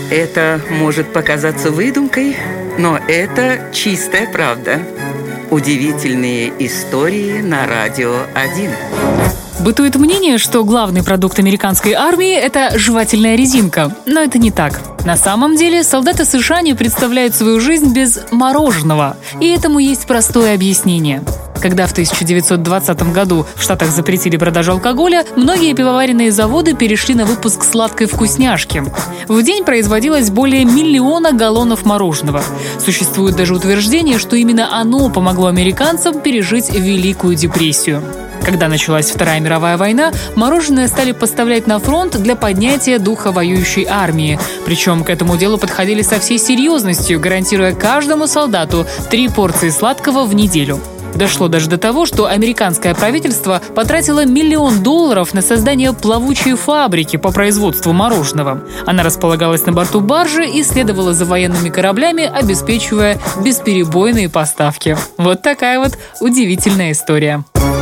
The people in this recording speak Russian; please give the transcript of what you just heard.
Это может показаться выдумкой, но это чистая правда. Удивительные истории на Радио 1. Бытует мнение, что главный продукт американской армии – это жевательная резинка. Но это не так. На самом деле, солдаты США не представляют свою жизнь без мороженого. И этому есть простое объяснение. Когда в 1920 году в Штатах запретили продажу алкоголя, многие пивоваренные заводы перешли на выпуск сладкой вкусняшки. В день производилось более 1 миллиона галлонов мороженого. Существует даже утверждение, что именно оно помогло американцам пережить Великую депрессию. Когда началась Вторая мировая война, мороженое стали поставлять на фронт для поднятия духа воюющей армии. Причем к этому делу подходили со всей серьезностью, гарантируя каждому солдату 3 порции сладкого в неделю. Дошло даже до того, что американское правительство потратило $1 миллион на создание плавучей фабрики по производству мороженого. Она располагалась на борту баржи и следовала за военными кораблями, обеспечивая бесперебойные поставки. Вот такая вот удивительная история.